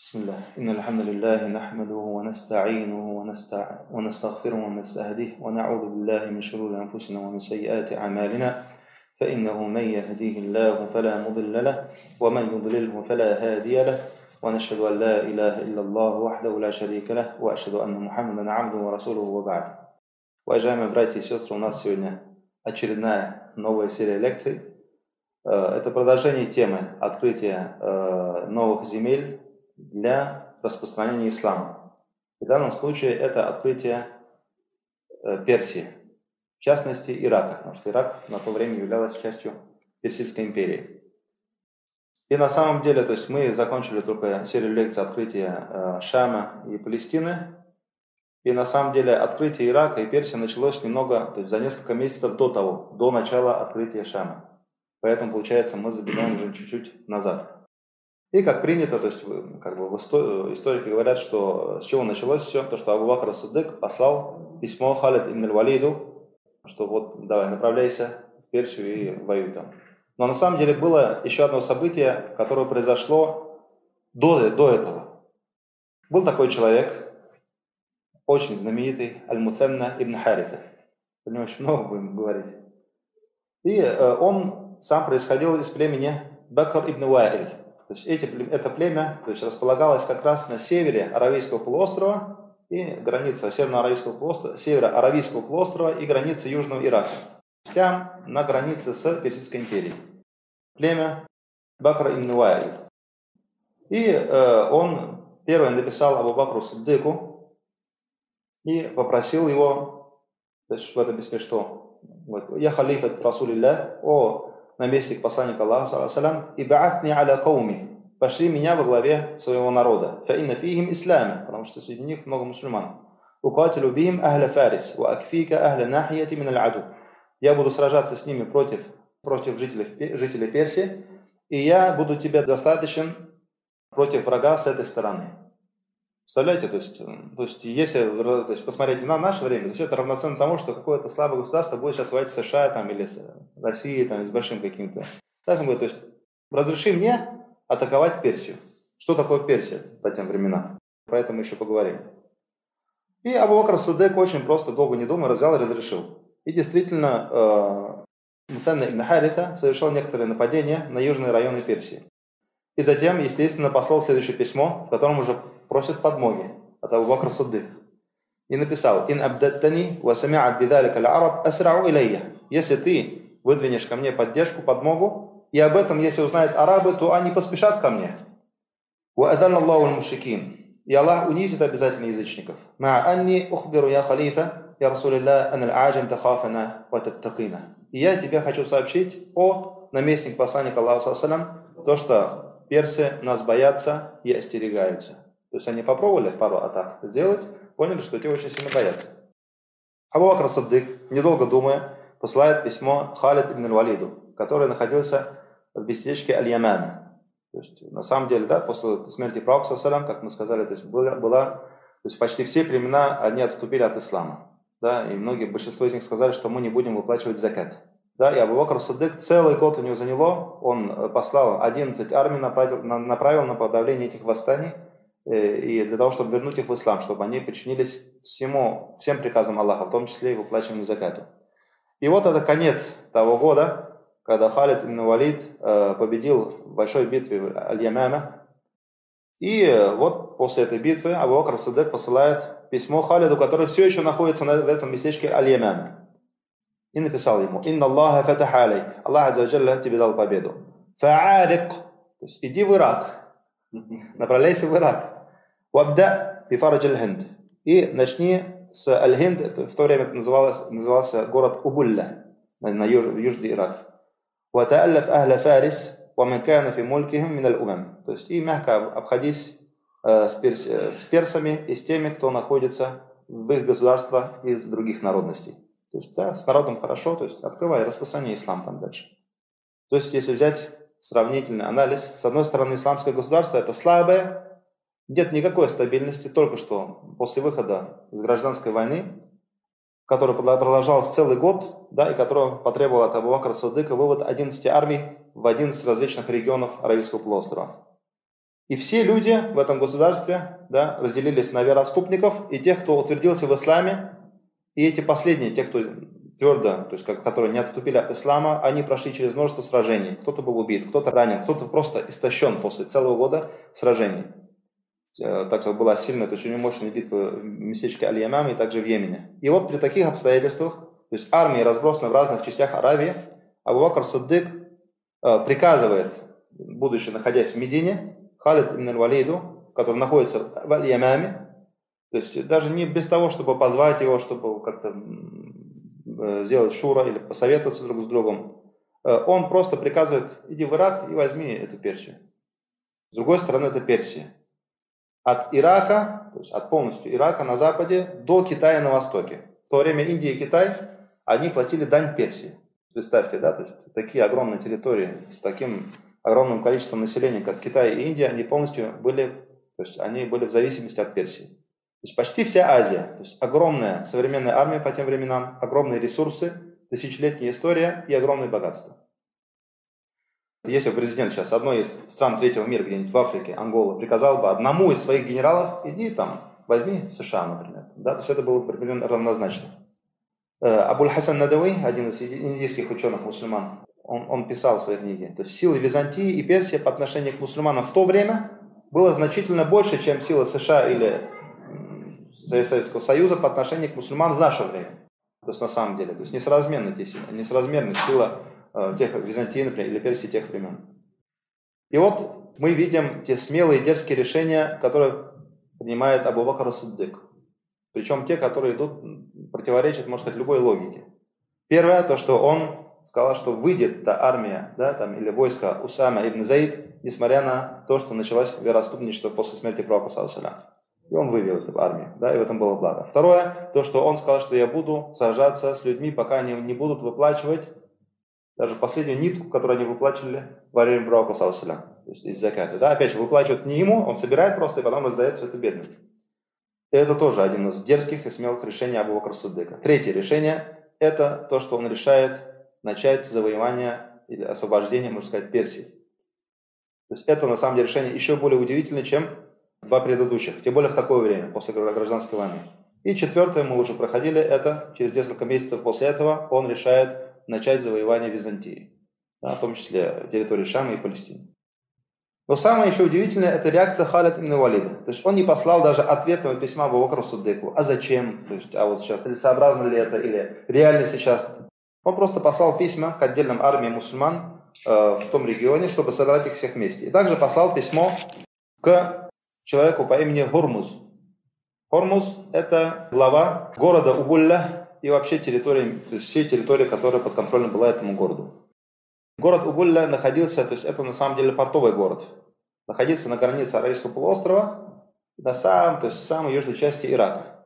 بسم الله إن الحمد لله نحمده ونستعينه ونستغفره ونستهديه ونعوذ بالله من شرور أنفسنا ومن سيئات أعمالنا فإنه من يهديه الله فلا مضل له ومن يضلله فلا هادي له ونشهد أن لا إله إلا الله وحده لا شريك له وأشهد أن محمدا عبده ورسوله وبعد. Уважаемые братья и сестры, у нас сегодня очередная новая серия лекций. Это продолжение темы открытия новых земель для распространения ислама. В данном случае это открытие Персии, в частности Ирака, потому что Ирак на то время являлся частью Персидской империи. И на самом деле, то есть мы закончили только серию лекций открытия Шама и Палестины. И на самом деле открытие Ирака и Персии началось немного, то есть за несколько месяцев до начала открытия Шама. Поэтому, получается, мы забегаем уже чуть-чуть назад. И как принято, то есть историки говорят, что с чего началось все, то что Абу Бакр ас-Сиддик послал письмо Халид ибн аль-Валиду, что вот давай, направляйся в Персию и воюй там. Но на самом деле было еще одно событие, которое произошло до этого. Был такой человек, очень знаменитый, Аль-Мутанна ибн Харита. Про него очень много будем говорить. И он сам происходил из племени Бакр ибн Ваиль. То есть это племя располагалось как раз на севере Аравийского полуострова и граница северо-аравийского полуострова и граница Южного Ирака. Прямо на границе с Персидской империей. Племя Бакр ибн Ваиль. И он первый написал Абу Бакру Сиддику и попросил его, то есть в этом письме что? «Я халифа Расулилля, о наместник посланника Аллаха, и ба'атни аля кауми, пошли меня во главе своего народа, фаинна фихим ислами, потому что среди них много мусульман. Укатилу бихим ахля фарис, ва акфика ахля нахияти мин аль-аду. Я буду сражаться с ними против жителей Персии, и я буду тебе достаточен против врага с этой стороны». Представляете, то есть если посмотреть на наше время, то есть это равноценно тому, что какое-то слабое государство будет сейчас воевать с США там, или с Россией там, с большим каким-то. То есть разреши мне атаковать Персию. Что такое Персия по тем временам? Про это мы еще поговорим. И Абу Бакр ас-Сиддик очень просто, долго не думая, взял и разрешил. И действительно, Мутанна ибн Харита совершил некоторые нападения на южные районы Персии. И затем, естественно, послал следующее письмо, в котором уже просит подмоги от Абу Бакр ас-Сиддик. И написал: «Ин абдаттани ва сами'ат бидалика аль-араб асрa'у илайя». Если ты выдвинешь ко мне поддержку, подмогу, и об этом, если узнают арабы, то они поспешат ко мне. «Ва адалла Аллаху аль-мушрикин». И Аллах унизит обязательно язычников. «Ма анни ухбиру я халифа, я Расулилля, ан аль-аджам тахафана ва таттакина». И я тебе хочу сообщить, о наместник посланника Аллаха, то, что персы нас боятся и остерегаются. То есть они попробовали пару атак сделать, поняли, что те очень сильно боятся. Абу Бакр ас-Сиддик, недолго думая, посылает письмо Халид ибн аль-Валиду, который находился в местечке Аль-Ямама. То есть на самом деле, да, после смерти пророка, как мы сказали, то есть почти все племена, они отступили от ислама. Да, и большинство из них сказали, что мы не будем выплачивать закат. Да, и Абу Бакр ас-Сиддик целый год у него заняло, он послал 11 армий, направил на подавление этих восстаний, и для того, чтобы вернуть их в ислам, чтобы они подчинились всем приказам Аллаха, в том числе и выплачиванию закату. И вот это конец того года, когда Халид ибн Валид победил в большой битве в Аль-Ямама. И вот после этой битвы Абу Бакр ас-Сиддик посылает письмо Халиду, который все еще находится в этом местечке Аль-Ямама. И написал ему: «Инна Аллаха фатаха алейк». Аллах азза ва джалля тебе дал победу. «Фа'арик». То есть иди в Ирак. Направляйся в Ирак. «Вабда бифарадж аль-Хинд». И начни с Аль-Хинд. В то время это назывался город Убулля в южный Ирак. «Вата'аллаф ахля фарис ва ман кана фи мулькихим мин аль-умам». То есть и мягко обходись с персами и с теми, кто находится в их государстве из других народностей. То есть, да, с народом хорошо, то есть открывай, распространяй ислам там дальше. То есть, если взять сравнительный анализ, с одной стороны, исламское государство это слабое, нет никакой стабильности, только что после выхода из гражданской войны, которая продолжалась целый год, да, и которая потребовала от Абу Бакра ас-Сиддика вывод 11 армий в 11 различных регионов Аравийского полуострова. И все люди в этом государстве, да, разделились на вероотступников и тех, кто утвердился в исламе, и эти последние, те, кто твердо, то есть которые не отступили от ислама, они прошли через множество сражений. Кто-то был убит, кто-то ранен, кто-то просто истощен после целого года сражений. Так что была сильная, то есть очень мощная битва в местечке Аль-Ямам и также в Йемене. И вот при таких обстоятельствах, то есть армии разбросаны в разных частях Аравии, Абу Бакр Сиддик приказывает, будучи находясь в Медине, Халид ибн аль-Валиду, который находится в Аль-Ямаме, то есть даже не без того, чтобы позвать его, чтобы как-то сделать шура или посоветоваться друг с другом, он просто приказывает: иди в Ирак и возьми эту Персию. С другой стороны, это Персия. От Ирака, то есть от полностью Ирака на западе до Китая на востоке. В то время Индия и Китай, они платили дань Персии. Представьте, да, то есть такие огромные территории с таким огромным количеством населения, как Китай и Индия, они полностью были, то есть они были в зависимости от Персии. То есть почти вся Азия, то есть огромная современная армия по тем временам, огромные ресурсы, тысячелетняя история и огромное богатство. Если президент сейчас одной из стран третьего мира, где-нибудь в Африке, Ангола, приказал бы одному из своих генералов: иди там, возьми США, например, да, то есть это было бы примерно равнозначно. Абуль-Хасан Надауи, один из индийских ученых-мусульман, он писал в своей книге, то есть силы Византии и Персии по отношению к мусульманам в то время было значительно больше, чем силы США или Советского Союза по отношению к мусульманам в наше время. То есть на самом деле, то есть несоразмерна сила тех Византии, например, или Персии тех времен. И вот мы видим те смелые, дерзкие решения, которые принимает Абу Бакр Сиддик. Причем те, которые противоречат, можно сказать, любой логике. Первое, то, что он сказал, что выйдет та армия, да, там, или войско Усама ибн Заид, несмотря на то, что началось вероотступничество после смерти пророка саллаллаху. И он вывел эту армию, да, и в этом было благо. Второе, то, что он сказал, что я буду сражаться с людьми, пока они не будут выплачивать даже последнюю нитку, которую они выплачивали во время пророка саллаллаху, то есть из заката. Да, опять же, выплачивают не ему, он собирает просто и потом раздает все это бедным. И это тоже один из дерзких и смелых решений Абу Бакр Сиддика. Третье решение – это то, что он решает начать завоевание или освобождение, можно сказать, Персии. То есть это на самом деле решение еще более удивительное, чем два предыдущих, тем более в такое время, после гражданской войны. И четвертое, мы уже проходили это, через несколько месяцев после этого он решает начать завоевание Византии, да, в том числе территории Шама и Палестины. Но самое еще удивительное – это реакция Халид ибн Валида. То есть он не послал даже ответного письма Абу Бакру Сиддику. А зачем? То есть, а вот сейчас, или сообразно ли это, или реально сейчас? Он просто послал письма к отдельным армиям мусульман в том регионе, чтобы собрать их всех вместе. И также послал письмо к человеку по имени Хурмуз. Хурмуз – это глава города Убулля и вообще территории, то есть всей территории, которая подконтрольна была этому городу. Город Убулля находился, то есть это на самом деле портовый город, находился на границе Аравийского полуострова, то есть в самой южной части Ирака.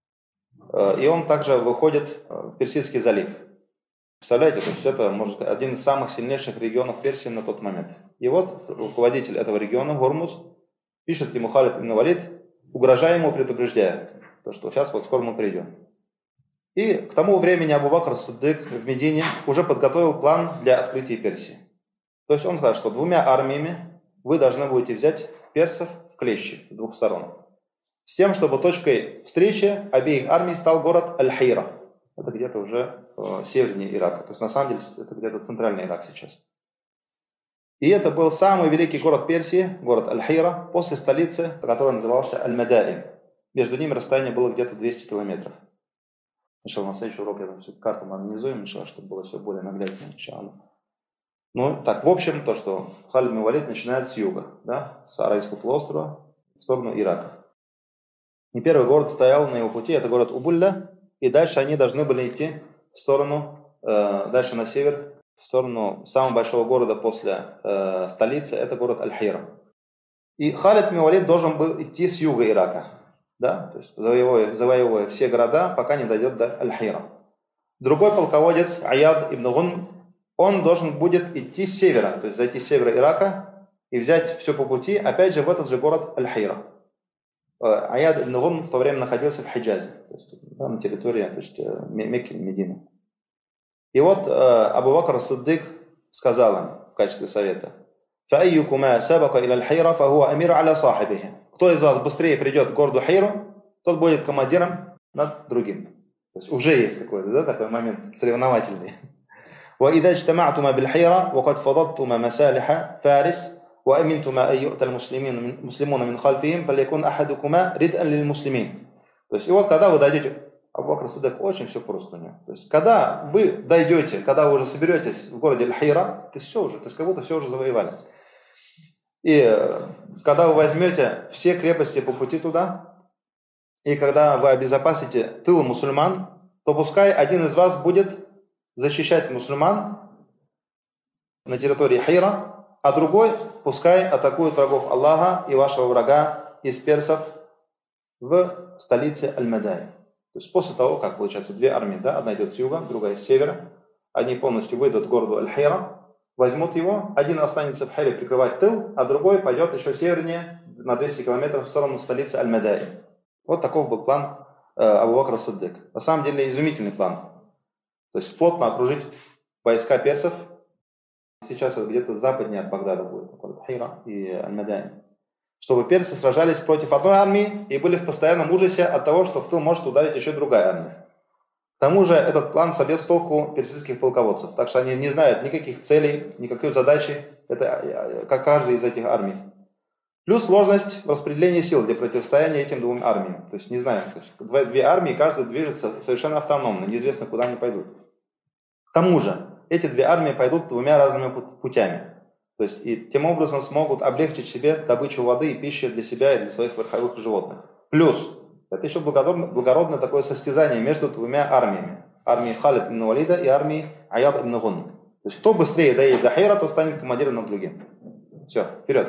И он также выходит в Персидский залив. Представляете, то есть это, может быть, один из самых сильнейших регионов Персии на тот момент. И вот руководитель этого региона, Хурмуз, пишет ему Халид ибн Валид, угрожая ему, предупреждая, то, что сейчас вот скоро мы придем. И к тому времени Абу Бакр Сиддик в Медине уже подготовил план для открытия Персии. То есть он сказал, что двумя армиями вы должны будете взять персов в клещи с двух сторон. С тем, чтобы точкой встречи обеих армий стал город Аль-Хира. Это где-то уже севернее Ирака. То есть на самом деле это где-то центральный Ирак сейчас. И это был самый великий город Персии, город Аль-Хира, после столицы, которая назывался Аль-Мадаин. Между ними расстояние было где-то 200 километров. На следующий урок я там всю карту организуем, чтобы было все более наглядно. Ну, так, в общем, то, что Халид ибн Валид начинает с юга, да, с Аравийского полуострова в сторону Ирака. И первый город стоял на его пути, это город Убулля, и дальше они должны были идти в сторону, дальше на север, в сторону самого большого города после столицы, это город Аль-Хира. И Халид ибн Валид должен был идти с юга Ирака. Да, то есть завоевывая все города, пока не дойдет до Аль-Хира. Другой полководец, Аяд ибн Гун, он должен будет идти с севера, то есть зайти с севера Ирака и взять все по пути, опять же, в этот же город Аль-Хира. Аяд ибн Гун в то время находился в Хиджазе, то есть, да, на территории, то есть, Мекки, Медины. И вот Абу Бакр Сиддик сказал им в качестве совета: فأيكما سبق إلى الحيرة فهو أمير على صاحبه. Кто из вас быстрее придет к городу Хейру, тот будет командиром над другим. То есть уже есть какой-то, да, такой момент соревновательный. وإذا اجتمعتما بالحيرة وقد فضضتما مسالح فارس وأمنتما أن يؤتى المسلمون من خلفهم فليكن أحدكما ردءا للمسلمين. То есть и вот когда вы дойдете, Абу Бакр Сиддик очень все просто у него. То есть когда вы дойдете, когда вы уже соберетесь в городе Аль-Хейра, то есть все уже, то есть как будто все уже завоевали. И когда вы возьмете все крепости по пути туда, и когда вы обезопасите тыл мусульман, то пускай один из вас будет защищать мусульман на территории Хейра, а другой пускай атакует врагов Аллаха и вашего врага из персов в столице Аль-Мадай. То есть после того, как, получается, две армии, да, одна идет с юга, другая с севера, они полностью выйдут к городу Аль-Хейра, возьмут его, один останется в Хейре прикрывать тыл, а другой пойдет еще севернее на 200 километров в сторону столицы Аль-Мадай. Вот таков был план Абу Бакр Сиддик. На самом деле изумительный план. То есть плотно окружить войска персов. Сейчас это где-то западнее от Багдада будет, Хейра и Аль-Мадай. Чтобы персы сражались против одной армии и были в постоянном ужасе от того, что в тыл может ударить еще другая армия. К тому же этот план собьет с толку персидских полководцев, так что они не знают никаких целей, никакой задачи, это как каждая из этих армий. Плюс сложность в распределении сил для противостояния этим двум армиям. То есть не знаю, то есть две армии, каждая движется совершенно автономно, неизвестно куда они пойдут. К тому же эти две армии пойдут двумя разными путями. То есть и тем образом смогут облегчить себе добычу воды и пищи для себя и для своих верховых животных. Плюс это еще благородное такое состязание между двумя армиями. Армией Халид ибн Валида и армией Аяд ибн Гунн. То есть кто быстрее доедет до Хейра, тот станет командиром над другим. Все, вперед.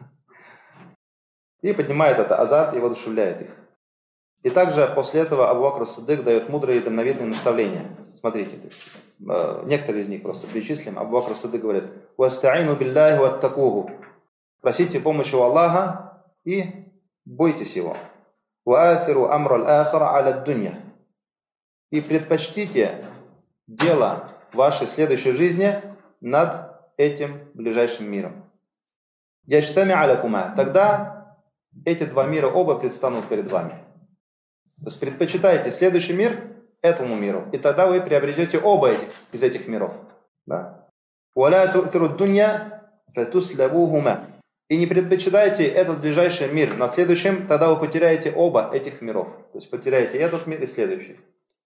И поднимает это азарт и воодушевляет их. И также после этого Абу Бакр Сиддик дает мудрые и дальновидные наставления. Смотрите, некоторые из них просто перечислим. Абу Бакр Сиддик говорит: «Васта'ину биллахи ваттакуху». Просите помощи у Аллаха и бойтесь его. «Ва'афиру амра аль-ахара аля дунья». И предпочтите дело вашей следующей жизни над этим ближайшим миром. «Яджтами алякума». Тогда эти два мира оба предстанут перед вами. То есть предпочитайте следующий мир этому миру, и тогда вы приобретете оба из этих миров. Да? «Валя ту'фиру дунья фатуслябухума». И не предпочитайте этот ближайший мир на следующем, тогда вы потеряете оба этих миров. То есть потеряете этот мир и следующий.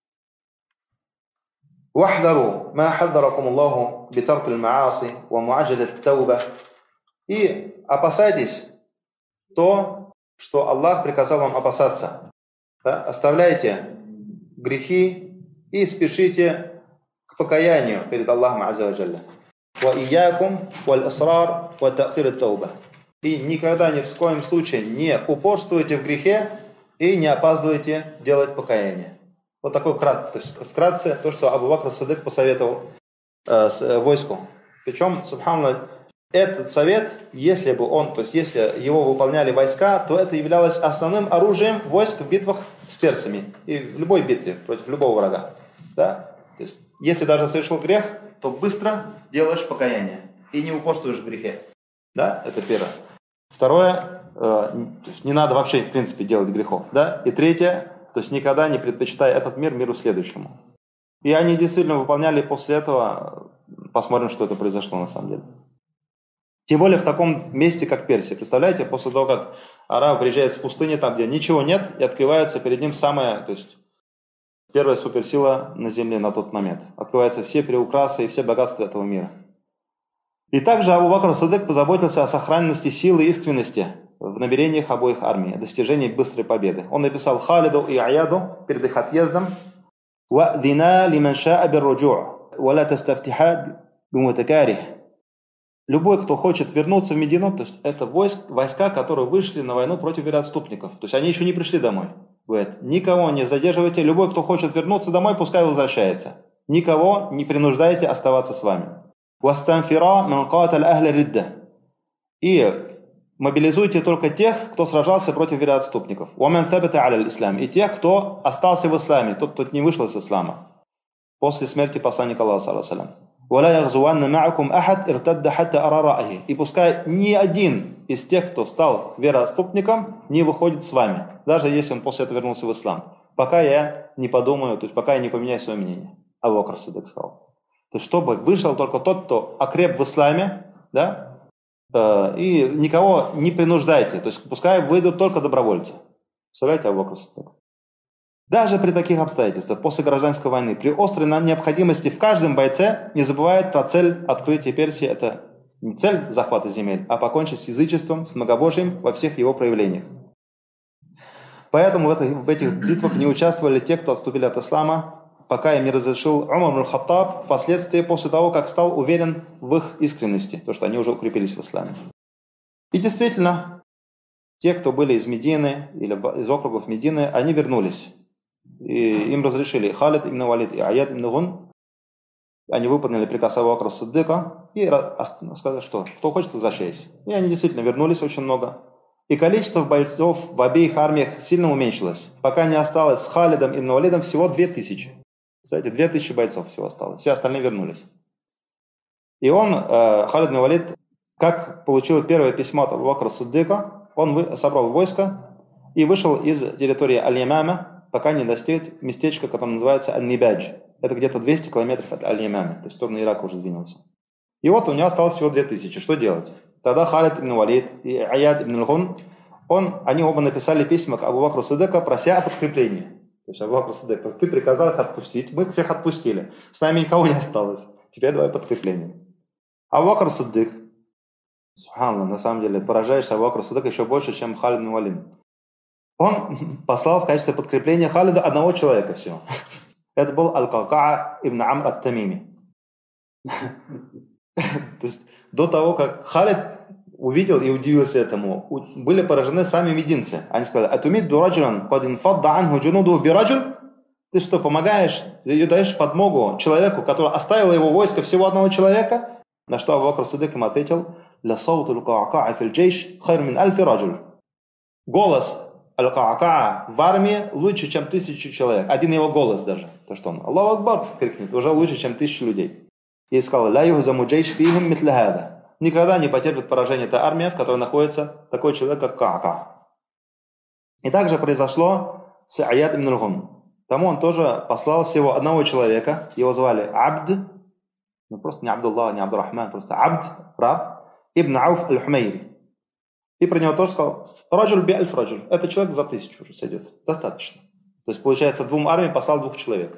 «Вахдару ма хаддаракум Аллаху битарк аль-мааси ва муаджалат тауба». И опасайтесь то, что Аллах приказал вам опасаться. Да? Оставляйте грехи и спешите к покаянию перед Аллахом Азза ва Джалля. «Ва иякум валь асрар ва та'хир ат-тауба». И никогда ни в коем случае не упорствуйте в грехе и не опаздывайте делать покаяние. Вот такой вкратце то, что Абу Бакр Сиддик посоветовал войску. Причем, субханаллах, этот совет, если бы он, то есть если его выполняли войска, то это являлось основным оружием войск в битвах с персами и в любой битве против любого врага. Да? То есть, если даже совершил грех, то быстро делаешь покаяние и не упорствуешь в грехе. Да? Это первое. Второе, то есть не надо вообще в принципе делать грехов. Да? И третье, то есть никогда не предпочитай этот мир миру следующему. И они действительно выполняли после этого. Посмотрим, что это произошло на самом деле. Тем более в таком месте, как Персия. Представляете, после того, как араб приезжает с пустыни, там, где ничего нет, и открывается перед ним самая, то есть первая суперсила на земле на тот момент. Открываются все приукрасы и все богатства этого мира. И также Абу Бакр Сиддик позаботился о сохранности силы и искренности в намерениях обоих армий, о достижении быстрой победы. Он написал Халиду и Аяду перед их отъездом: «Вa'дина лиман ша'a бир-руджу' ва ла тастафтиха бимутакарих». Любой, кто хочет вернуться в Медину, то есть это войска, которые вышли на войну против вероотступников. То есть они еще не пришли домой. Говорит, никого не задерживайте. Любой, кто хочет вернуться домой, пускай возвращается. Никого не принуждайте оставаться с вами. И мобилизуйте только тех, кто сражался против вероотступников. И тех, кто остался в исламе, тот, кто не вышел из ислама после смерти посланника Аллаха. وَلَا يَغْزُوَنَّ مَعَكُمْ أَحَدْ إِرْتَدَّ حَتَّى أَرَى رَأْيِهِ. И пускай ни один из тех, кто стал вероотступником, не выходит с вами, даже если он после этого вернулся в ислам, пока я не подумаю, то есть пока я не поменяю свое мнение. Абу Бакр Сиддик сказал. То есть чтобы вышел только тот, кто окреп в исламе, да, и никого не принуждайте, то есть пускай выйдут только добровольцы. Представляете, Абу Бакр Сиддик? Даже при таких обстоятельствах, после гражданской войны, при острой необходимости в каждом бойце не забывает про цель открытия Персии. Это не цель захвата земель, а покончить с язычеством, с многобожием во всех его проявлениях. Поэтому в этих битвах не участвовали те, кто отступили от ислама, пока им не разрешил Умар ибн Хаттаб впоследствии, после того, как стал уверен в их искренности, то, что они уже укрепились в исламе. И действительно, те, кто были из Медины или из округов Медины, они вернулись. И им разрешили Халид ибн Валид и Аяд ибн Гун. Они выполнили приказ Абу Бакра Сиддика и сказали, что кто хочет, возвращайся. И они действительно вернулись очень много. И количество бойцов в обеих армиях сильно уменьшилось, пока не осталось с Халидом ибн Валидом всего 2000. Кстати, 2000 бойцов всего осталось, все остальные вернулись. И он, Халид ибн Валид, как получил первое письмо от Абу Бакра Сиддика, он собрал войско и вышел из территории Аль-Ямама, пока не достиг местечка, которое называется Аль-Нибадж. Это где-то 200 километров от Аль-Ямама, то есть в сторону Ирака уже двинулся. И вот у него осталось всего 2000. Что делать? Тогда Халид ибн Валид и Аяд ибн Гун, они оба написали письма к Абу Бакру Сиддику, прося о подкреплении. То есть Абу Бакр Сиддик, ты приказал их отпустить, мы их всех отпустили. С нами никого не осталось. Теперь давай подкрепление. Абу Бакр Сиддик, субханаллах, на самом деле, поражаешься Абу Бакру Сиддику еще больше, чем Халид ибн Валид. Он послал в качестве подкрепления Халида одного человека всего. Это был Аль-Какаа ибн Амр ат-Тамими. То есть до того, как Халид увидел и удивился этому, были поражены сами мединцы. Они сказали: «Атумидду раджулан кад инфадда анху джунудуху бираджуль?» Ты что, помогаешь, ты даешь подмогу человеку, который оставил его войско всего одного человека? На что Абу Бакр Сиддик им ответил: «Ля сауту аль-Какаа фил джейш хайр мин альфи раджуль». Голос Аль-Какаа в армии лучше, чем 1000 человек. Один его голос даже. То, что он «Аллаху Акбар» крикнет, уже лучше, чем 1000 людей. И сказал: «Ля юхзаму джейш фихим митля хада». Никогда не потерпит поражение та армия, в которой находится такой человек, как Какаа. И также произошло с Аяд ибн Гун. Тому он тоже послал всего одного человека. Его звали Абд. Ну просто не Абдуллах, не Абдурахман, просто Абд, раб, ибн Ауф аль-Хумейри. И про него тоже сказал: «Раджуль би альф раджуль». Это человек за 1000 уже сойдет. Достаточно. То есть, получается, 2 армиям послал 2 человек.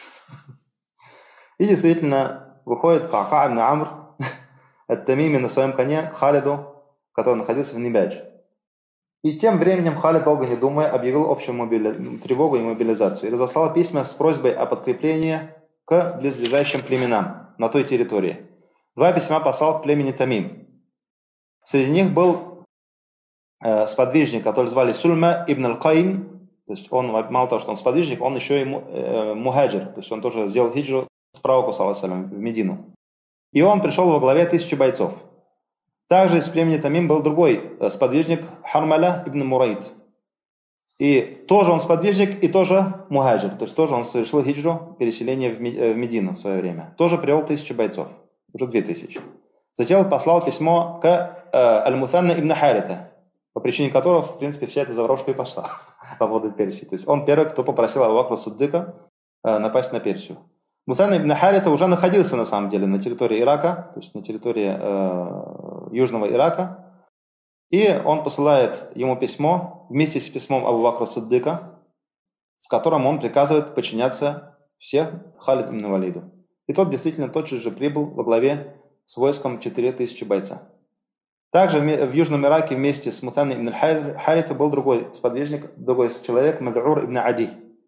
И действительно, выходит Какаа ибн Амр ат-Тамими на своем коне к Халиду, который находился в Нибадж. И тем временем Халид, долго не думая, объявил общую тревогу и мобилизацию. И разослал письма с просьбой о подкреплении к близлежащим племенам на той территории. 2 письма послал к племени Тамим. Среди них был сподвижник, который звали Сульма ибн аль-Каим. То есть он, мало того, что он сподвижник, он еще и мухаджир. То есть он тоже сделал хиджру с пророку, саллаллаху алейхи ва саллям, в Медину. И он пришел во главе 1000 бойцов. Также из племени Тамим был другой сподвижник Хармаля ибн Мурайд. И тоже он сподвижник и тоже мухаджир. То есть тоже он совершил хиджру, переселение в Медину в свое время. Тоже привел 1000 бойцов. Уже 2000. Затем послал письмо к Аль-Мутанна ибн Харита, по причине которого, в принципе, вся эта заварушка и пошла по поводу Персии. То есть он первый, кто попросил Абу Бакра Сиддика напасть на Персию. Мутанна ибн Харита уже находился, на самом деле, на территории Ирака, то есть на территории Южного Ирака. И он посылает ему письмо, вместе с письмом Абу Бакра Сиддика, в котором он приказывает подчиняться всех Халид ибн Валиду. И тот действительно тотчас же прибыл во главе с войском 4000 бойцов. Также в Южном Ираке вместе с Мутанной ибн Харита был другой сподвижник, другой человек, Мад'ур ибн Ади.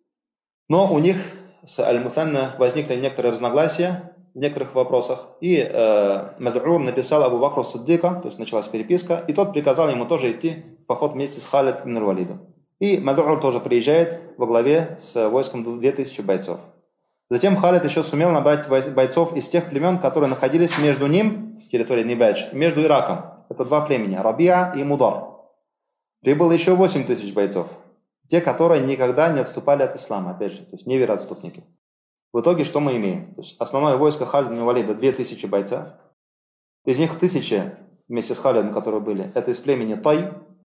Но у них с Аль-Мутанна возникли некоторые разногласия в некоторых вопросах. И Мад'ур написал Абу Бакру Сиддика, то есть началась переписка, и тот приказал ему тоже идти в поход вместе с Халид ибн Валидом. И Мад'ур тоже приезжает во главе с войском 2000 бойцов. Затем Халид еще сумел набрать бойцов из тех племен, которые находились между ним, территорией Нибадж, и между Ираком. Это 2 племени, Рабиа и Мудар. Прибыло еще 8000 бойцов. Те, которые никогда не отступали от ислама, опять же, то есть не вероотступники. В итоге что мы имеем? То есть основное войско Халид ибн Валида 2000 бойцов. Из них 1000 вместе с Халидом, которые были, это из племени Тай.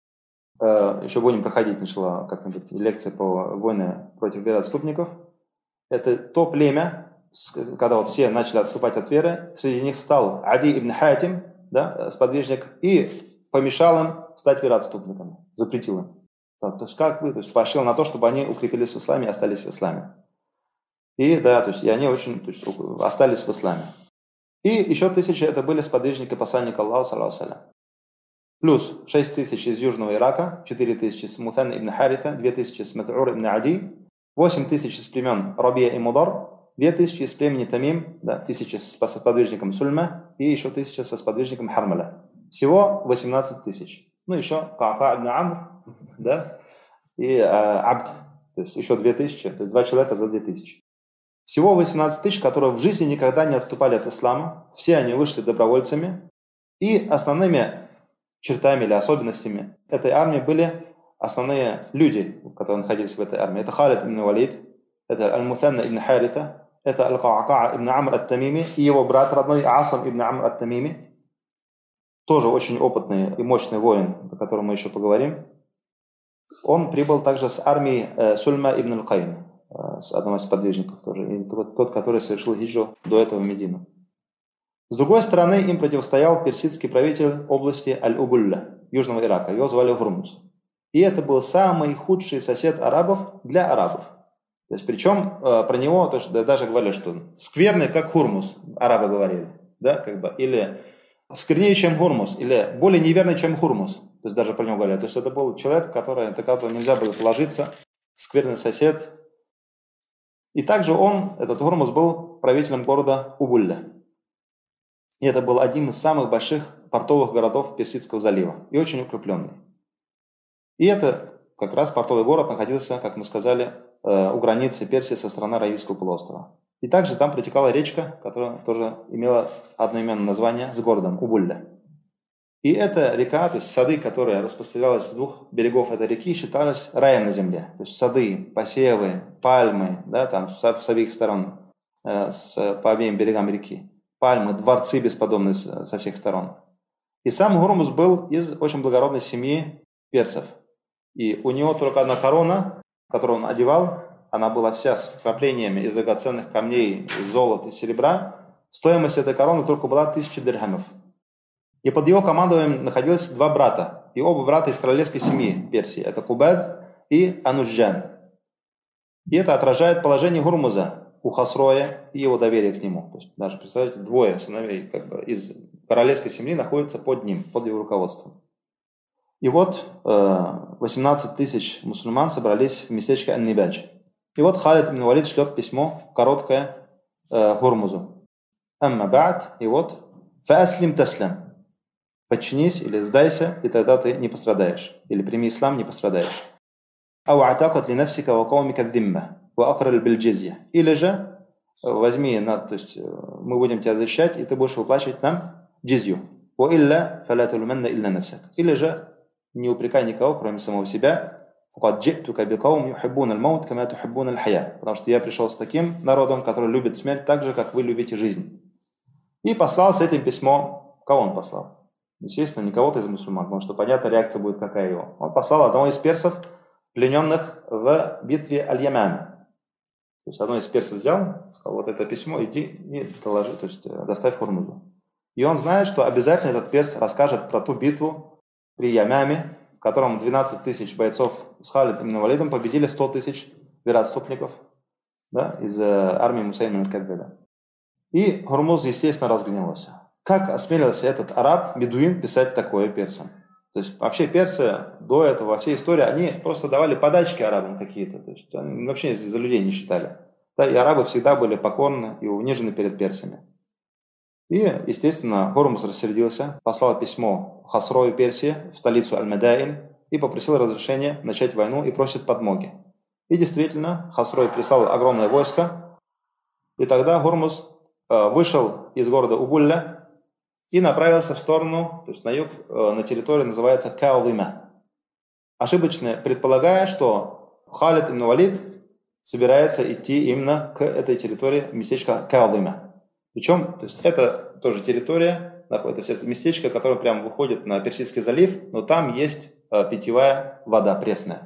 Еще будем проходить, начала как-нибудь лекции по войне против вероотступников. Это то племя, когда вот все начали отступать от веры, среди них встал Ади ибн Хатим, да, сподвижник, и помешал им стать вероотступниками, запретил им. То есть как вы, то есть поощрил на то, чтобы они укрепились в исламе и остались в исламе. И да, то есть и они очень, то есть, остались в исламе. И еще 1000 это были сподвижники посланника Аллаха, саллаллаху алейхи ва саллям. Плюс 6000 из Южного Ирака, 4000 с Мутан ибн Харита, 2000 с Мат'ур ибн Ади, 8000 из племен Рабия и Мудар, 2000 из племени Тамим, да, 1000 со сподвижником Сульма и еще 1000 со сподвижником Хармаля. Всего 18 тысяч. Ну еще Каака ибн Амр, да, и Абд, то есть еще 2000, то есть 2 человека за 2000. Всего 18 тысяч, которые в жизни никогда не отступали от ислама. Все они вышли добровольцами. И основными чертами или особенностями этой армии были основные люди, которые находились в этой армии. Это Халид ибн Валид, это Аль-Мутанна ибн Харита, это Аль-Ка'ака'а ибн Амр ат-Тамими и его брат родной Асам ибн Амр ат-Тамими. Тоже очень опытный и мощный воин, о котором мы еще поговорим. Он прибыл также с армией Сульма ибн Аль-Кайм, с одного из подвижников тоже, и тот, который совершил хиджру до этого в Медину. С другой стороны, им противостоял персидский правитель области Аль-Убулля, южного Ирака. Его звали Хурмуз. И это был самый худший сосед арабов для арабов. То есть, причем про него то, что, даже говорили, что скверный, как Хурмуз, арабы говорили. Да, как бы, или сквернее, чем Хурмуз, или более неверный, чем Хурмуз. То есть, даже про него говорили. То есть, это был человек, на которого нельзя было положиться, скверный сосед. И также он, этот Хурмуз, был правителем города Убулля. И это был один из самых больших портовых городов Персидского залива. И очень укрепленный. И это как раз портовый город находился, как мы сказали, у границы Персии со стороны Аравийского полуострова. И также там протекала речка, которая тоже имела одноименное название с городом Убулля. И эта река, то есть сады, которые распространялись с двух берегов этой реки, считались раем на земле. То есть сады, посевы, пальмы, да, там с обеих сторон, по обеим берегам реки. Пальмы, дворцы бесподобные со всех сторон. И сам Хурмуз был из очень благородной семьи персов. И у него только одна корона, которую он одевал, она была вся с вкраплениями из драгоценных камней, из золота и серебра. Стоимость этой короны только была 1000 дирхамов. И под его командованием находились 2 брата. И оба брата из королевской семьи Персии. Это Кубайд и Ануджан. И это отражает положение Хурмуза у Хасроя и его доверие к нему. То есть, даже, представляете, 2 сыновей как бы, из королевской семьи находятся под ним, под его руководством. И вот 18 тысяч мусульман собрались в местечко Ан-Нибадж. И вот Халид ибн Валид шлет письмо, короткое, Хурмузу. Амма ба'д, и вот фааслим таслям. Подчинись или сдайся, и тогда ты не пострадаешь. Или прими ислам, не пострадаешь. Ау атакат ли нафсика ва каумика димма. Или же возьми, то есть мы будем тебя защищать, и ты будешь выплачивать нам джизью. Или же не упрекай никого, кроме самого себя. Потому что я пришел с таким народом, который любит смерть так же, как вы любите жизнь. И послал с этим письмо. Кого он послал? Естественно, не кого-то из мусульман, потому что понятно, реакция будет какая его. Он послал одного из персов, плененных в битве Аль-Ямама. То есть одно из персов взял, сказал, вот это письмо, иди и доложи, то есть доставь Хурмузу. И он знает, что обязательно этот перс расскажет про ту битву при Ямаме, в котором 12 тысяч бойцов с Халидом ибн Валидом победили 100 тысяч вероотступников, да, из армии Мусайма аль-Каддаба. И Хурмуз, естественно, разгневался. Как осмелился этот араб, бедуин, писать такое персам? То есть вообще персы до этого, во всей истории, они просто давали подачки арабам какие-то. То есть они вообще за людей не считали. Да, и арабы всегда были покорны и унижены перед персами. И, естественно, Хурмуз рассердился, послал письмо Хасрою Персии в столицу Аль-Мадаин и попросил разрешения начать войну и просит подмоги. И действительно, Хасрой прислал огромное войско. И тогда Хурмуз вышел из города Убулля и направился в сторону, то есть на юг, на территорию называется Каулима. Ошибочно предполагая, что Халид ибн Валид собирается идти именно к этой территории местечка Каалыма. Причем, то есть это тоже территория, находится местечко, которое прямо выходит на Персидский залив, но там есть питьевая вода пресная.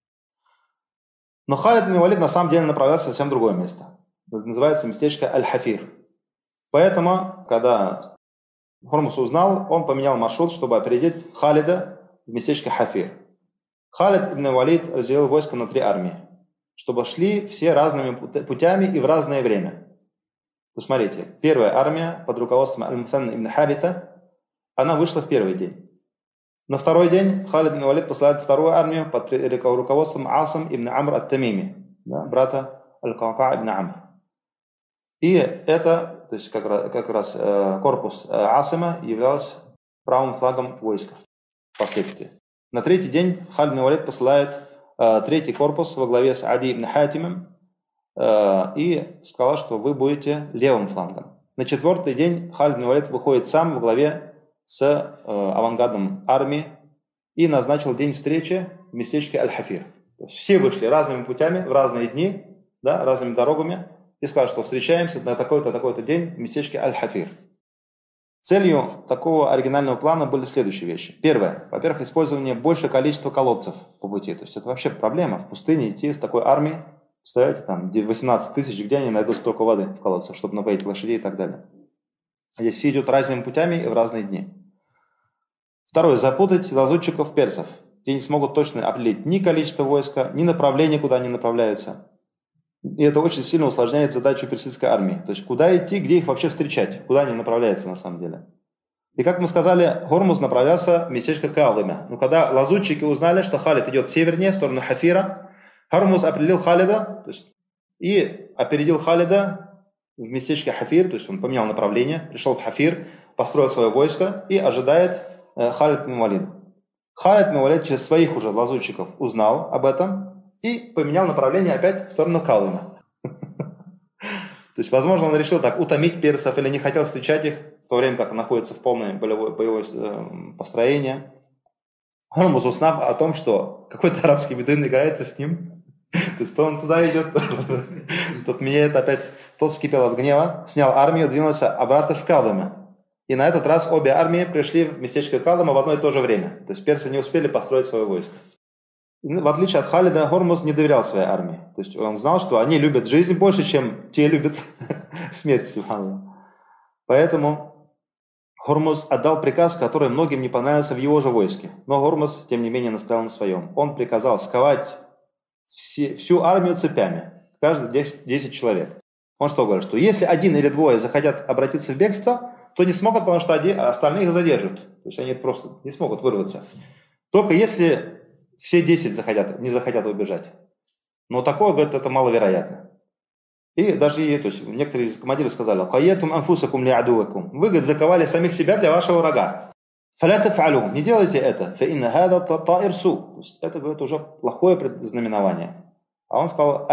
Но Халид ибн Валид на самом деле направлялся в совсем другое место. Это называется местечко Аль-Хафир. Поэтому, когда Хурмус узнал, он поменял маршрут, чтобы опередить Халида в местечко Хафир. Халид ибн Валид разделил войско на 3 армии, чтобы шли все разными путями и в разное время. То смотрите, первая армия под руководством Аль-Мутанна ибн Харита, она вышла в первый день. На второй день Халид ибн Валид посылает вторую армию под руководством Асам ибн Амр ат-Тамими, да, брата Аль-Какаа ибн Амр. И это, то есть как раз корпус Асима являлся правым флагом войска впоследствии. На третий день Халид ибн Валид посылает третий корпус во главе с Ади ибн Хатимом и сказал, что вы будете левым флангом. На четвертый день Халид ибн Валид выходит сам во главе с авангардом армии и назначил день встречи в местечке Аль-Хафир. То есть все вышли разными путями в разные дни, да, разными дорогами и сказали, что встречаемся на такой-то, такой-то день в местечке Аль-Хафир. Целью такого оригинального плана были следующие вещи. Первое. Во-первых, использование большего количества колодцев по пути. То есть это вообще проблема. В пустыне идти с такой армией, представляете, там 18 тысяч, где они найдут столько воды в колодцах, чтобы напоить лошадей и так далее. Здесь все идут разными путями и в разные дни. Второе. Запутать лазутчиков персов. Те не смогут точно определить ни количество войска, ни направление, куда они направляются. И это очень сильно усложняет задачу персидской армии. То есть, куда идти, где их вообще встречать, куда они направляются на самом деле. И как мы сказали, Хурмуз направлялся в местечко Каалыма. Но когда лазутчики узнали, что Халид идет севернее, в сторону Хафира, Хурмуз определил Халида, то есть, и опередил Халида в местечке Хафир, то есть он поменял направление, пришел в Хафир, построил свое войско и ожидает Халид ибн Валида. Халид ибн Валид через своих уже лазутчиков узнал об этом и поменял направление опять в сторону Каалыма. То есть, возможно, он решил так утомить персов или не хотел встречать их, в то время как он находится в полном боевое построении. Хурмуз, узнав о том, что какой-то арабский бедуин играется с ним, то есть он туда идет, тот меняет опять, тот вскипел от гнева, снял армию, двинулся обратно в Каалыма. И на этот раз обе армии пришли в местечко Каалыма в одно и то же время. То есть персы не успели построить свое войско. В отличие от Халида, Хурмуз не доверял своей армии. То есть он знал, что они любят жизнь больше, чем те любят смерть. Поэтому Хурмуз отдал приказ, который многим не понравился в его же войске. Но Хурмуз, тем не менее, настоял на своем. Он приказал сковать всю армию цепями, каждый 10 человек. Он что говорит? Что если один или двое захотят обратиться в бегство, то не смогут, потому что остальные их задержат. То есть они просто не смогут вырваться. Только если все 10 не захотят убежать. Но такое, говорит, это маловероятно. И даже то есть, некоторые из командиров сказали: вы, говорит, заковали самих себя для вашего врага. Не делайте это. Это, говорит, уже плохое предзнаменование. А он сказал: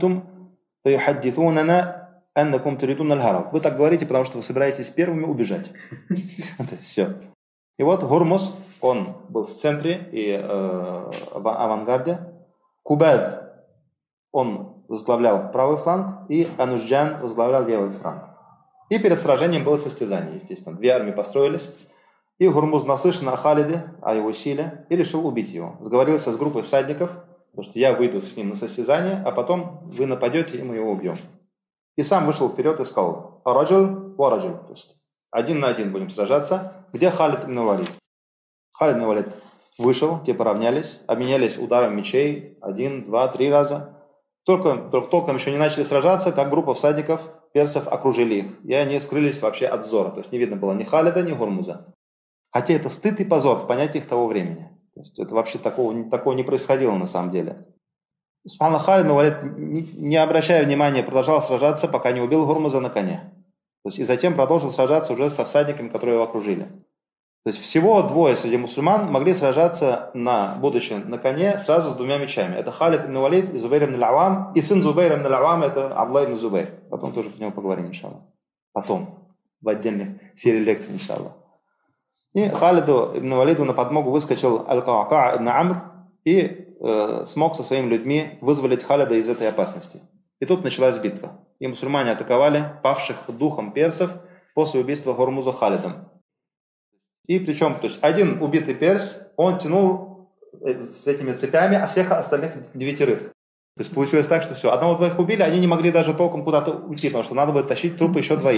вы так говорите, потому что вы собираетесь первыми убежать. Все. И вот Хурмуз, он был в центре и в авангарде. Кубад, он возглавлял правый фланг, и Анужджан возглавлял левый фланг. И перед сражением было состязание, естественно. 2 армии построились. И Хурмуз наслышан о Халиде, о его силе, и решил убить его. Сговорился с группой всадников, потому что я выйду с ним на состязание, а потом вы нападете, и мы его убьем. И сам вышел вперед и сказал: «Араджуль вараджуль», то есть 1 на 1 будем сражаться. Где Халид ибн Валид? Халид ибн Валид вышел, те поравнялись, обменялись ударом мечей 1, 2, 3 раза. Толком еще не начали сражаться, как группа всадников персов окружили их. И они скрылись вообще от взора. То есть не видно было ни Халида, ни Хурмуза. Хотя это стыд и позор в понятиях того времени. То есть это вообще такого не происходило на самом деле. Субханаллах, Халид ибн Валид, не обращая внимания, продолжал сражаться, пока не убил Хурмуза на коне. То есть, и затем продолжил сражаться уже со всадниками, которые его окружили. То есть всего 2 среди мусульман могли сражаться будучи на коне сразу с 2 мечами. Это Халид ибн Валид и Зубейр ибн Аль-Авам. И сын Зубейра ибн Аль-Авам — это Абдуллах ибн Зубейр. Потом тоже про него поговорим, иншаллах. Потом, в отдельной серии лекций, иншаллах. И Халиду ибн Валиду на подмогу выскочил Аль-Какаа ибн Амр и смог со своими людьми вызволить Халида из этой опасности. И тут началась битва. И мусульмане атаковали павших духом персов после убийства Гормуза Халидом. И причем, то есть один убитый перс, он тянул с этими цепями, а всех остальных 9. То есть получилось так, что все, одного-двоих убили, они не могли даже толком куда-то уйти, потому что надо было тащить трупы еще 2.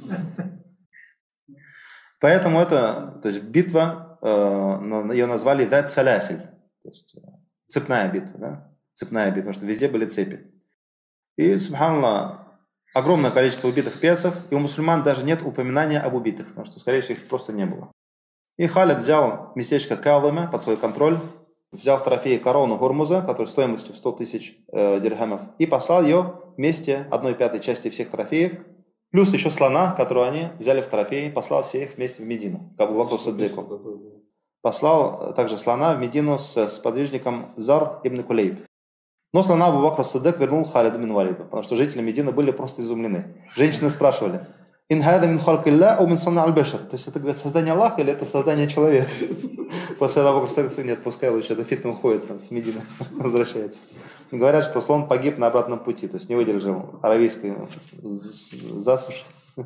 Поэтому это, то есть битва, ее назвали «Дат Салясиль», то есть цепная битва, да? Цепная битва, потому что везде были цепи. И, субханаллах, огромное количество убитых персов, и у мусульман даже нет упоминания об убитых, потому что, скорее всего, их просто не было. И Халид взял местечко Калыма под свой контроль, взял в трофей корону Гормуза, которая стоимостью в 100 тысяч дирхамов, и послал ее вместе 1/5 части всех трофеев, плюс еще слона, которую они взяли в трофей, послал все их вместе в Медину, как Абу Бакру Сиддику. Послал также слона в Медину с подвижником Зар ибн Кулейб. Но слона Абу Бакр Сиддик вернул Халиду бин Валиду, потому что жители Медины были просто изумлены. Женщины спрашивали: «Ин хада мин халкилля, ау мин санна аль-башар?» То есть это, говорит, создание Аллаха или это создание человека? После Абу Бакр Сиддик: нет, пускай лучше до фитна уходит, с Медины возвращается. Говорят, что слон погиб на обратном пути, то есть не выдержал аравийской засуши.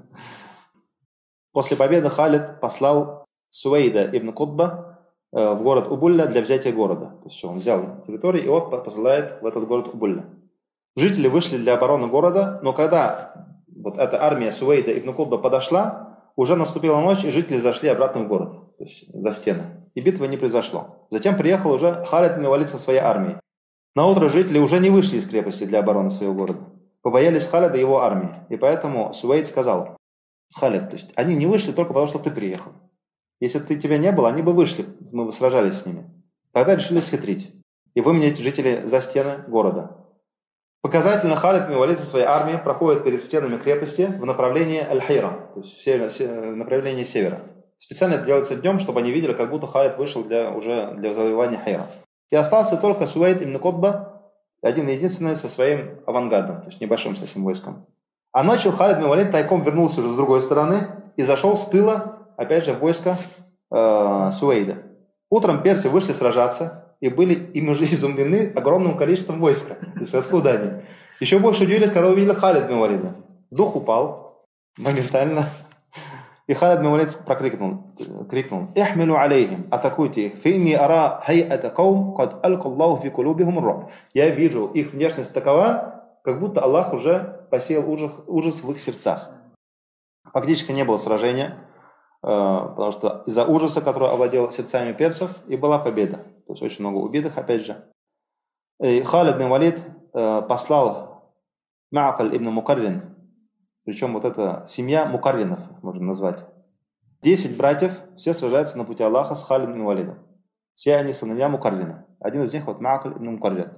После победы Халид послал Суэйда ибн Кутба в город Убулля для взятия города. То есть он взял территорию и вот посылает в этот город Убулля. Жители вышли для обороны города, но когда вот эта армия Суэйда ибн Кутба подошла, уже наступила ночь, и жители зашли обратно в город, то есть за стены. И битвы не произошло. Затем приехал уже Халид ибн Валид со своей армией. На утро жители уже не вышли из крепости для обороны своего города. Побоялись Халида и его армии. И поэтому Суэйд сказал: Халид, то есть они не вышли только потому, что ты приехал. Если бы тебя не было, они бы вышли, мы бы сражались с ними. Тогда решили схитрить и выменять жителей за стены города. Показательно Халид ибн Валид со своей армией проходит перед стенами крепости в направлении Аль-Хайра, то есть в направлении севера. Специально это делается днем, чтобы они видели, как будто Халид вышел для завоевания Хайра. И остался только Суэйд ибн Кутба, один единственный со своим авангардом, то есть небольшим совсем войском. А ночью Халид ибн Валид тайком вернулся уже с другой стороны и зашел с тыла, опять же, в войско Суэйда. Утром персы вышли сражаться и были им уже изумлены огромным количеством войска. То есть откуда они? Еще больше удивились, когда увидели Халид ибн Валида. Дух упал моментально. И Халид ибн Валид крикнул: «Ихмилу алейхим, атакуйте их, финни ара хайата каум, кад алка Аллаху фи кулубихум раб». Я вижу, их внешность такова, как будто Аллах уже посеял ужас в их сердцах. Фактически не было сражения, потому что из-за ужаса, который овладел сердцами персов, и была победа. То есть очень много убитых, опять же. И Халид ибн Валид послал Ма'акаль ибн Мукаррин, причем вот эта семья Мукарринов, можно назвать. 10 братьев, все сражаются на пути Аллаха с Халидом ибн Валидом. Все они сыновья Мукаррина. Один из них вот Ма'акаль ибн Мукаррин.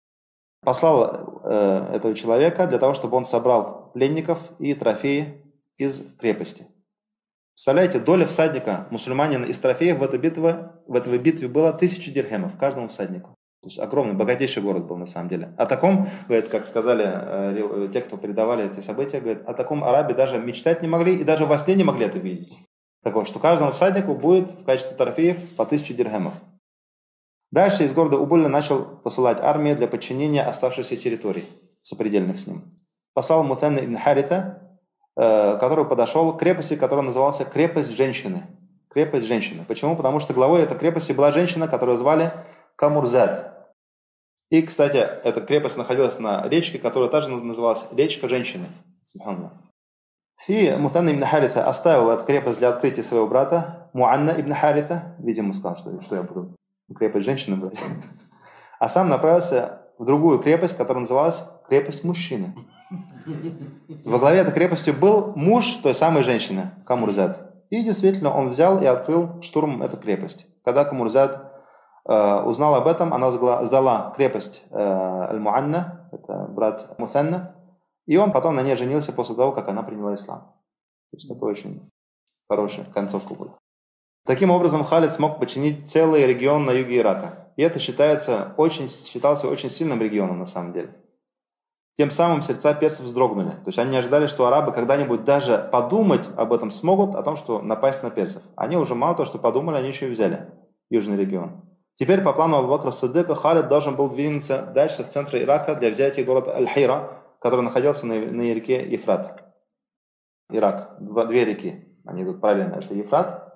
Послал этого человека для того, чтобы он собрал пленников и трофеи из крепости. Представляете, доля всадника, мусульманина из трофеев в этой битве было 1000 дирхемов каждому всаднику. То есть огромный, богатейший город был на самом деле. О таком, говорит, как сказали те, кто передавали эти события, говорит, о таком арабы даже мечтать не могли и даже во сне не могли это видеть. Такое, что каждому всаднику будет в качестве трофеев по 1000 дирхемов. Дальше из города Убулля начал посылать армии для подчинения оставшейся территории, сопредельных с ним. Послал Мутанна ибн Харита, который подошел к крепости, которая называлась крепость женщины. Крепость женщины. Почему? Потому что главой этой крепости была женщина, которую звали Камурзад. И, кстати, эта крепость находилась на речке, которая также называлась речка женщины. И Мутанна ибн Харита оставил эту крепость для открытия своего брата Муанна ибн Харита. Видимо, сказал, что я буду крепость женщины брать. А сам направился в другую крепость, которая называлась крепость мужчины. Во главе этой крепости был муж той самой женщины, Камурзад. И действительно он взял и открыл штурмом эту крепость. Когда Камурзад узнал об этом, она сдала крепость Аль-Муанна, это брат Мутанна, и он потом на ней женился после того, как она приняла ислам. То есть такой очень хорошая концовка была. Таким образом, Халид смог подчинить целый регион на юге Ирака. И это считался очень сильным регионом на самом деле. Тем самым сердца персов вздрогнули. То есть они не ожидали, что арабы когда-нибудь даже подумать об этом смогут, о том, что напасть на персов. Они уже мало того, что подумали, они еще и взяли южный регион. Теперь по плану Абу Бакра Сиддика Халид должен был двинуться дальше в центр Ирака для взятия города Аль-Хира, который находился на реке Ефрат. Ирак. Две реки. Они идут параллельно. Это Ефрат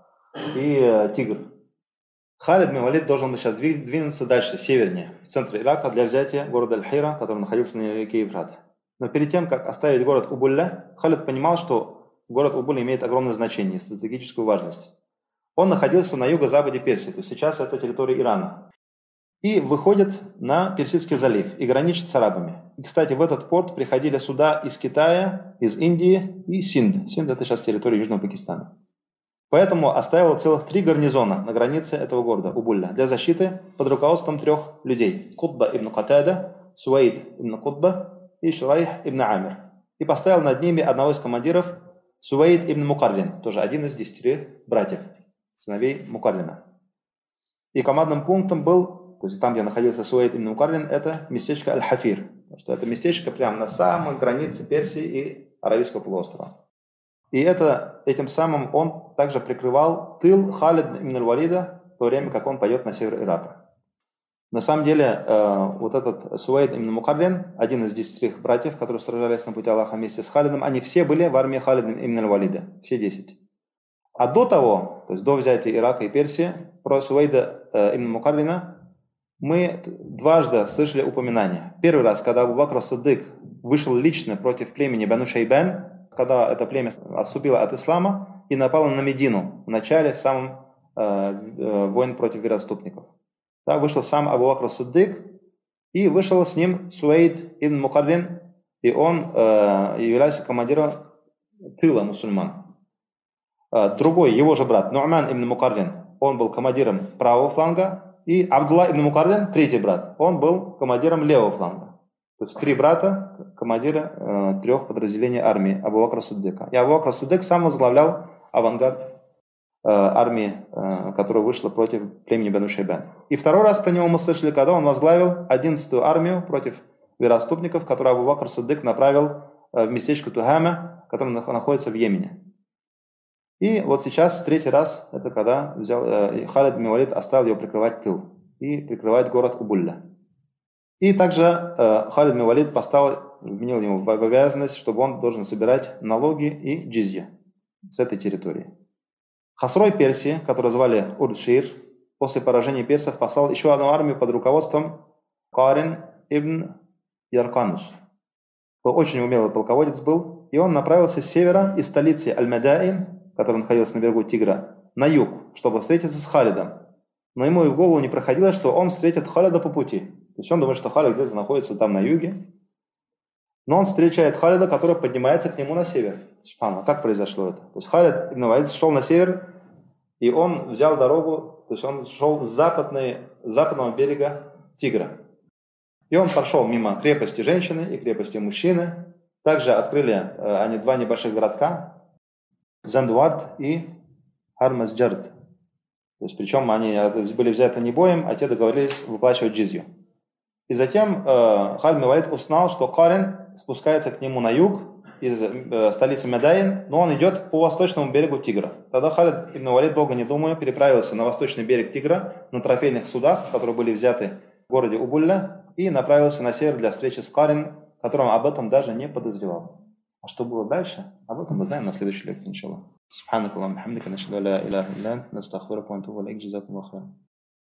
и Тигр. Халид бин Валид должен был сейчас двинуться дальше, севернее, в центр Ирака для взятия города Аль-Хира, который находился на реке Ефрат. Но перед тем, как оставить город Убулля, Халид понимал, что город Убулля имеет огромное значение, стратегическую важность. Он находился на юго-западе Персии, то есть сейчас это территория Ирана. И выходит на Персидский залив и граничит с арабами. И, кстати, в этот порт приходили суда из Китая, из Индии и Синд. Синд – это сейчас территория Южного Пакистана. Поэтому оставил целых 3 гарнизона на границе этого города, Убулля, для защиты под руководством 3 людей. Кутба ибн Катада, Суаид ибн Кутба и Шурайх ибн Амир. И поставил над ними одного из командиров, Суаид ибн Мукаррин, тоже один из 10 братьев, сыновей Мукаррина. И командным пунктом был, то есть там, где находился Суаид ибн Мукаррин, это местечко Аль-Хафир. Потому что это местечко прямо на самой границе Персии и Аравийского полуострова. И этим самым он также прикрывал тыл Халид ибн аль-Валида в то время, как он пойдет на север Ирака. На самом деле, вот этот Суаид ибн Мукаррин, один из 10 братьев, которые сражались на пути Аллаха вместе с Халидом, они все были в армии Халида ибн аль-Валида, все 10. А до того, то есть до взятия Ирака и Персии, про Суаида ибн Мукаррина мы дважды слышали упоминание. Первый раз, когда Абу Бакр ас-Сиддик вышел лично против племени Бану Шайбан, когда это племя отступило от ислама и напало на Медину в начале, в самом войн против вероотступников. Да, вышел сам Абу Бакр ас-Сиддик и вышел с ним Суаид ибн Мукаррин, и он являлся командиром тыла мусульман. Другой, его же брат, Ну'ман ибн Мукаррин, он был командиром правого фланга, и Абдулла ибн Мукаррин, третий брат, он был командиром левого фланга. То есть 3 брата, командира 3 подразделений армии Абу Бакра ас-Сиддика. И Абу Бакр ас-Сиддик сам возглавлял авангард армии, которая вышла против племени Бану Шайбан. И второй раз про него мы слышали, когда он возглавил 11-ю армию против вероотступников, которую Абу Бакр ас-Сиддик направил в местечко Тухама, которое находится в Йемене. И вот сейчас 3-й раз, это когда Халид бин Валид оставил его прикрывать тыл и прикрывать город Убулля. И также Халид бин Валид вменил ему в обязанность, чтобы он должен собирать налоги и джизья с этой территории. Хасрой Персии, который звали Урдшир, после поражения персов послал еще одну армию под руководством Карин ибн Ярканус. Очень умелый полководец был, и он направился с севера из столицы Аль-Мадаин, которая находилась на берегу Тигра, на юг, чтобы встретиться с Халидом. Но ему и в голову не проходило, что он встретит Халида по пути. То есть он думает, что Халид где-то находится там на юге. Но он встречает Халида, который поднимается к нему на север. Как произошло это? То есть Халид ибн Валид шел на север, и он взял дорогу, то есть он шел с западного берега Тигра. И он прошел мимо крепости женщины и крепости мужчины. Также открыли они 2 небольших городка, Зандуат и Хармазджард. То есть, причем они были взяты не боем, а те договорились выплачивать джизью. И затем Халид бин Валид узнал, что Карин спускается к нему на юг из столицы Мадаин, но он идет по восточному берегу Тигра. Тогда Халид ибн Валид, долго не думая, переправился на восточный берег Тигра на трофейных судах, которые были взяты в городе Убулля, и направился на север для встречи с Карин, которым об этом даже не подозревал. А что было дальше, об этом мы знаем на следующей лекции, иншаллах. Субханакаллахумма ва бихамдика, нашхаду ан ла иляха илля анта, настагфирука ва натубу илейк. Джазакумуллаху хайран.